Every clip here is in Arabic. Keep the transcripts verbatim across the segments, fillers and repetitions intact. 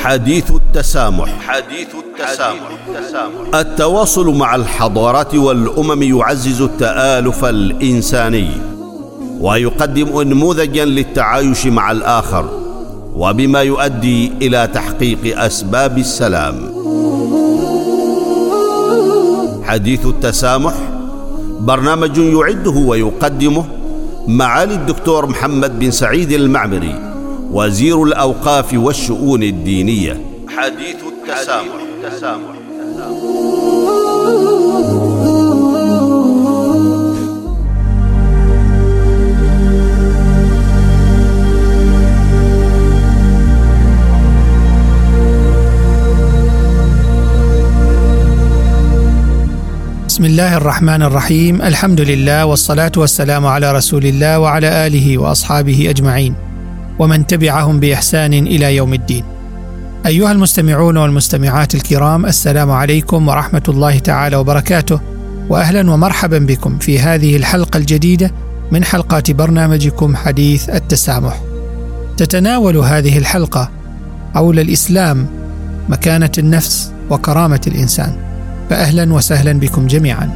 حديث التسامح. حديث التسامح. التواصل مع الحضارات والأمم يعزز التآلف الإنساني ويقدم نموذجا للتعايش مع الآخر، وبما يؤدي إلى تحقيق أسباب السلام. حديث التسامح برنامج يعده ويقدمه معالي الدكتور محمد بن سعيد المعمري، وزير الأوقاف والشؤون الدينية. حديث التسامح. بسم الله الرحمن الرحيم. الحمد لله والصلاة والسلام على رسول الله وعلى آله وأصحابه أجمعين ومن تبعهم بإحسان إلى يوم الدين. أيها المستمعون والمستمعات الكرام، السلام عليكم ورحمة الله تعالى وبركاته، وأهلا ومرحبا بكم في هذه الحلقة الجديدة من حلقات برنامجكم حديث التسامح. تتناول هذه الحلقة حول الإسلام، مكانة النفس وكرامة الإنسان، فأهلا وسهلا بكم جميعا.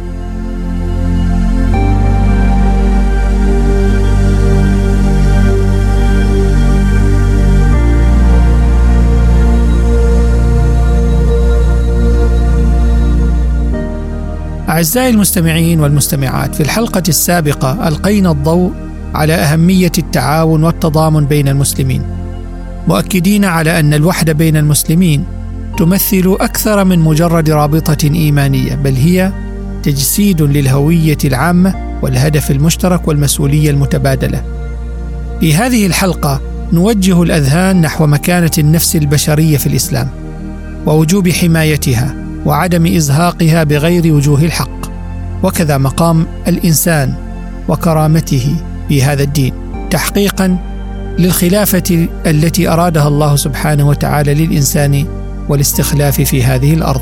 أعزائي المستمعين والمستمعات، في الحلقة السابقة ألقينا الضوء على أهمية التعاون والتضامن بين المسلمين، مؤكدين على أن الوحدة بين المسلمين تمثل أكثر من مجرد رابطة إيمانية، بل هي تجسيد للهوية العامة والهدف المشترك والمسؤولية المتبادلة. في هذه الحلقة نوجه الأذهان نحو مكانة النفس البشرية في الإسلام، ووجوب حمايتها وعدم إزهاقها بغير وجوه الحق، وكذا مقام الإنسان وكرامته في هذا الدين، تحقيقا للخلافة التي أرادها الله سبحانه وتعالى للإنسان والاستخلاف في هذه الأرض.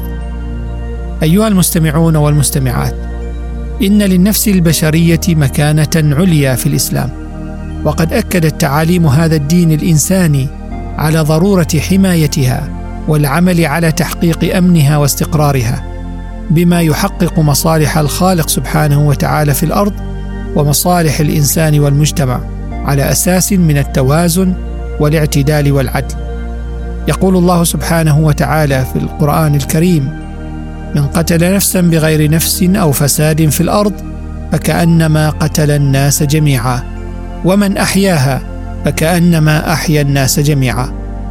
أيها المستمعون والمستمعات، إن للنفس البشرية مكانة عليا في الإسلام، وقد أكدت تعاليم هذا الدين الإنساني على ضرورة حمايتها والعمل على تحقيق أمنها واستقرارها، بما يحقق مصالح الخالق سبحانه وتعالى في الأرض ومصالح الإنسان والمجتمع على أساس من التوازن والاعتدال والعدل. يقول الله سبحانه وتعالى في القرآن الكريم: من قتل نفسا بغير نفس أو فساد في الأرض فكأنما قتل الناس جميعا، ومن أحياها فكأنما أحيا الناس جميعا.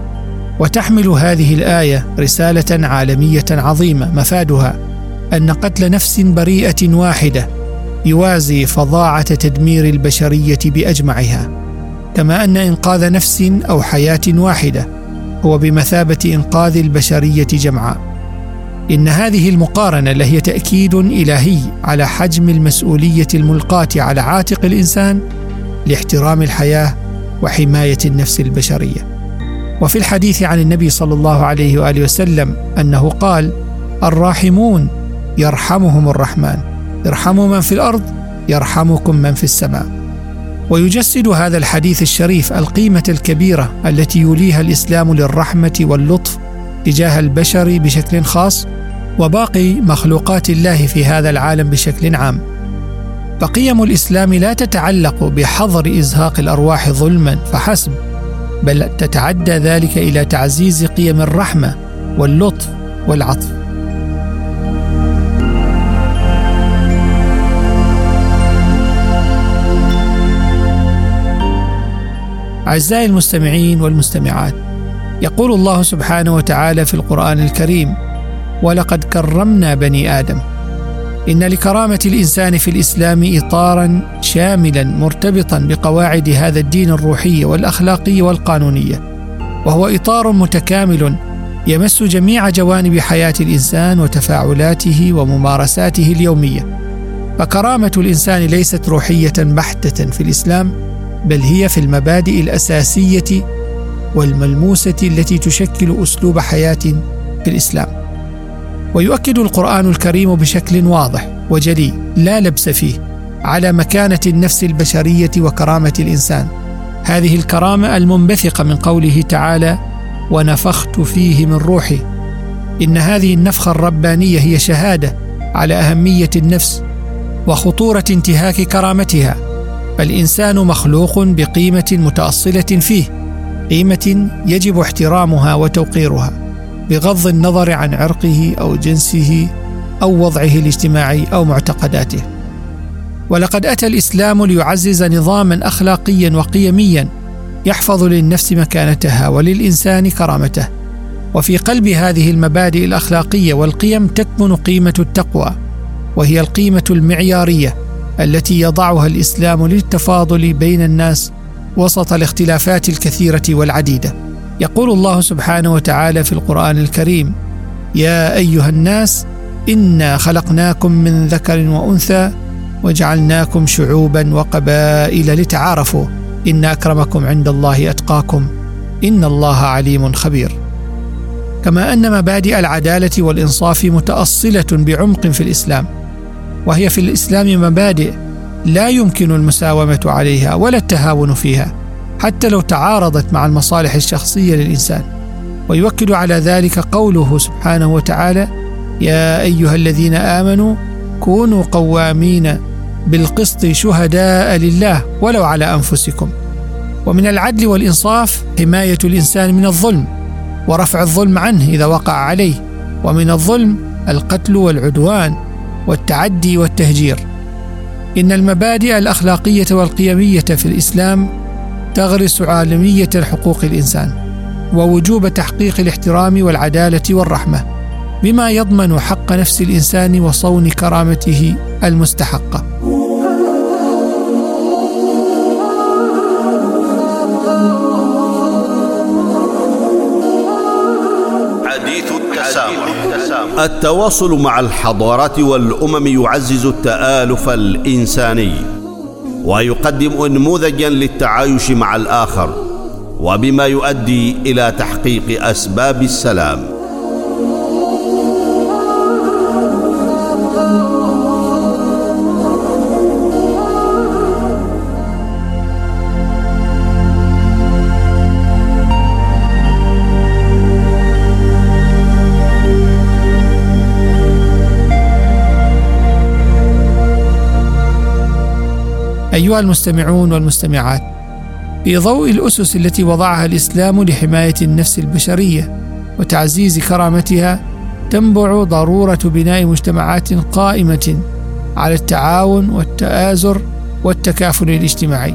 وتحمل هذه الآية رسالة عالمية عظيمة، مفادها أن قتل نفس بريئة واحدة يوازي فظاعة تدمير البشرية بأجمعها، كما أن إنقاذ نفس أو حياة واحدة هو بمثابة إنقاذ البشرية جمعاء. إن هذه المقارنة لهي تأكيد إلهي على حجم المسؤولية الملقاة على عاتق الإنسان لاحترام الحياة وحماية النفس البشرية. وفي الحديث عن النبي صلى الله عليه وآله وسلم أنه قال: الراحمون يرحمهم الرحمن، ارحموا من في الأرض يرحمكم من في السماء. ويجسد هذا الحديث الشريف القيمة الكبيرة التي يوليها الإسلام للرحمة واللطف تجاه البشر بشكل خاص، وباقي مخلوقات الله في هذا العالم بشكل عام. فقيم الإسلام لا تتعلق بحظر إزهاق الأرواح ظلما فحسب، بل تتعدى ذلك إلى تعزيز قيم الرحمة واللطف والعطف. أعزائي المستمعين والمستمعات، يقول الله سبحانه وتعالى في القرآن الكريم: ولقد كرمنا بني آدم. إن لكرامة الإنسان في الإسلام إطارا شاملا مرتبطا بقواعد هذا الدين الروحية والأخلاقية والقانونية، وهو إطار متكامل يمس جميع جوانب حياة الإنسان وتفاعلاته وممارساته اليومية. فكرامة الإنسان ليست روحية بحتة في الإسلام، بل هي في المبادئ الأساسية والملموسة التي تشكل أسلوب حياة في الإسلام. ويؤكد القرآن الكريم بشكل واضح وجلي لا لبس فيه على مكانة النفس البشرية وكرامة الإنسان، هذه الكرامة المنبثقة من قوله تعالى: ونفخت فيه من روحي. إن هذه النفخة الربانية هي شهادة على أهمية النفس وخطورة انتهاك كرامتها. فالإنسان مخلوق بقيمة متأصلة فيه، قيمة يجب احترامها وتوقيرها بغض النظر عن عرقه أو جنسه أو وضعه الاجتماعي أو معتقداته. ولقد أتى الإسلام ليعزز نظاما أخلاقيا وقيميا يحفظ للنفس مكانتها وللإنسان كرامته. وفي قلب هذه المبادئ الأخلاقية والقيم تكمن قيمة التقوى، وهي القيمة المعيارية التي يضعها الإسلام للتفاضل بين الناس وسط الاختلافات الكثيرة والعديدة. يقول الله سبحانه وتعالى في القرآن الكريم: يا أيها الناس إنا خلقناكم من ذكر وأنثى وجعلناكم شعوبا وقبائل لتعارفوا إن أكرمكم عند الله أتقاكم إن الله عليم خبير. كما أن مبادئ العدالة والإنصاف متأصلة بعمق في الإسلام، وهي في الإسلام مبادئ لا يمكن المساومة عليها ولا التهاون فيها حتى لو تعارضت مع المصالح الشخصية للإنسان. ويؤكد على ذلك قوله سبحانه وتعالى: يا أيها الذين آمنوا كونوا قوامين بالقسط شهداء لله ولو على أنفسكم. ومن العدل والإنصاف حماية الإنسان من الظلم ورفع الظلم عنه إذا وقع عليه، ومن الظلم القتل والعدوان والتعدي والتهجير. إن المبادئ الأخلاقية والقيمية في الإسلام تغرس عالمية حقوق الإنسان ووجوب تحقيق الاحترام والعدالة والرحمة، بما يضمن حق نفس الإنسان وصون كرامته المستحقة. حديث التسامح. التواصل مع الحضارات والأمم يعزز التآلف الإنساني ويقدم نموذجا للتعايش مع الآخر، وبما يؤدي إلى تحقيق أسباب السلام. أيها المستمعون والمستمعات، في ضوء الأسس التي وضعها الإسلام لحماية النفس البشرية وتعزيز كرامتها، تنبع ضرورة بناء مجتمعات قائمة على التعاون والتآزر والتكافل الاجتماعي.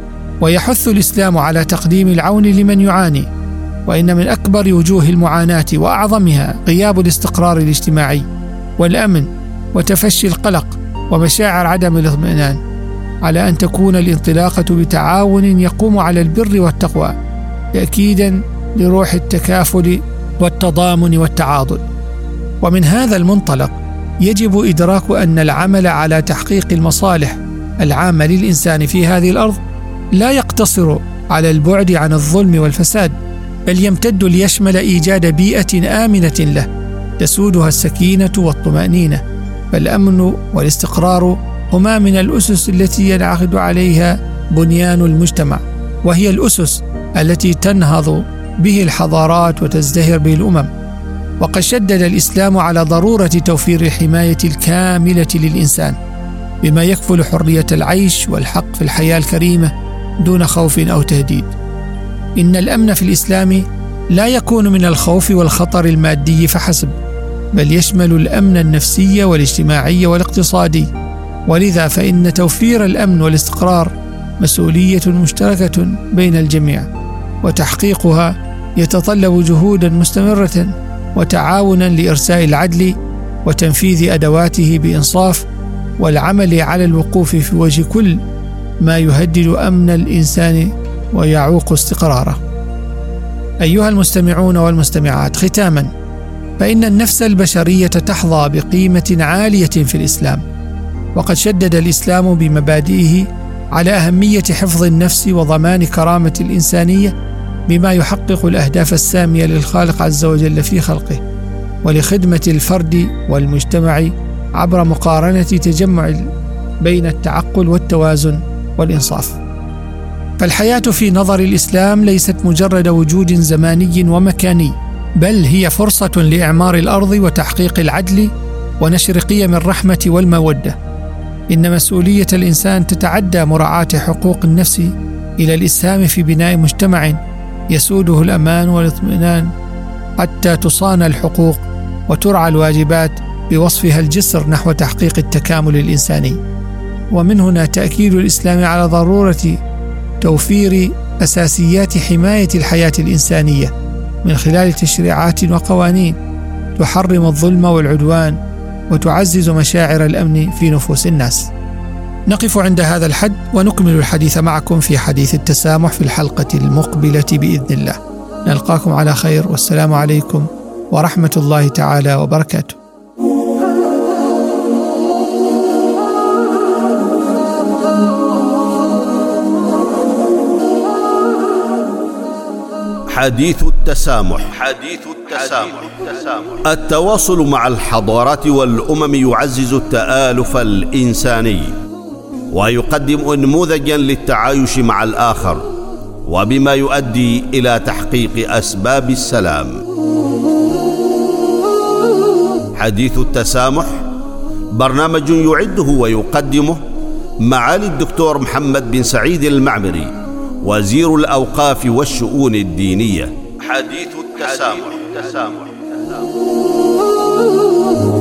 ويحث الإسلام على تقديم العون لمن يعاني، وإن من أكبر وجوه المعاناة وأعظمها غياب الاستقرار الاجتماعي والأمن وتفشي القلق ومشاعر عدم الاطمئنان، على أن تكون الانطلاقة بتعاون يقوم على البر والتقوى تأكيدا لروح التكافل والتضامن والتعاضد. ومن هذا المنطلق يجب إدراك أن العمل على تحقيق المصالح العامة للإنسان في هذه الأرض لا يقتصر على البعد عن الظلم والفساد، بل يمتد ليشمل إيجاد بيئة آمنة له تسودها السكينة والطمأنينة. فالأمن والاستقرار هما من الأسس التي ينعقد عليها بنيان المجتمع، وهي الأسس التي تنهض به الحضارات وتزدهر به الأمم. وقد شدد الإسلام على ضرورة توفير الحماية الكاملة للإنسان بما يكفل حرية العيش والحق في الحياة الكريمة دون خوف أو تهديد. إن الأمن في الإسلام لا يكون من الخوف والخطر المادي فحسب، بل يشمل الأمن النفسي والاجتماعي والاقتصادي. ولذا فإن توفير الأمن والاستقرار مسؤولية مشتركة بين الجميع، وتحقيقها يتطلب جهودا مستمرة وتعاونا لإرساء العدل وتنفيذ أدواته بإنصاف، والعمل على الوقوف في وجه كل ما يهدد أمن الإنسان ويعوق استقراره. أيها المستمعون والمستمعات، ختاما، فإن النفس البشرية تحظى بقيمة عالية في الإسلام، وقد شدد الإسلام بمبادئه على أهمية حفظ النفس وضمان كرامة الإنسانية بما يحقق الأهداف السامية للخالق عز وجل في خلقه، ولخدمة الفرد والمجتمع عبر مقارنة تجمع بين التعقل والتوازن والإنصاف. فالحياة في نظر الإسلام ليست مجرد وجود زماني ومكاني، بل هي فرصة لإعمار الأرض وتحقيق العدل ونشر قيم الرحمة والمودة. إن مسؤولية الإنسان تتعدى مراعاة حقوق النفس إلى الإسهام في بناء مجتمع يسوده الأمان والاطمئنان، حتى تصان الحقوق وترعى الواجبات بوصفها الجسر نحو تحقيق التكامل الإنساني. ومن هنا تأكيد الإسلام على ضرورة توفير أساسيات حماية الحياة الإنسانية من خلال تشريعات وقوانين تحرم الظلم والعدوان وتعزز مشاعر الأمن في نفوس الناس. نقف عند هذا الحد ونكمل الحديث معكم في حديث التسامح في الحلقة المقبلة بإذن الله. نلقاكم على خير، والسلام عليكم ورحمة الله تعالى وبركاته. حديث التسامح. حديث التسامح. التواصل مع الحضارات والأمم يعزز التآلف الإنساني ويقدم نموذجا للتعايش مع الآخر، وبما يؤدي إلى تحقيق أسباب السلام. حديث التسامح برنامج يعده ويقدمه معالي الدكتور محمد بن سعيد المعمري، وزير الأوقاف والشؤون الدينية. حديث التسامح.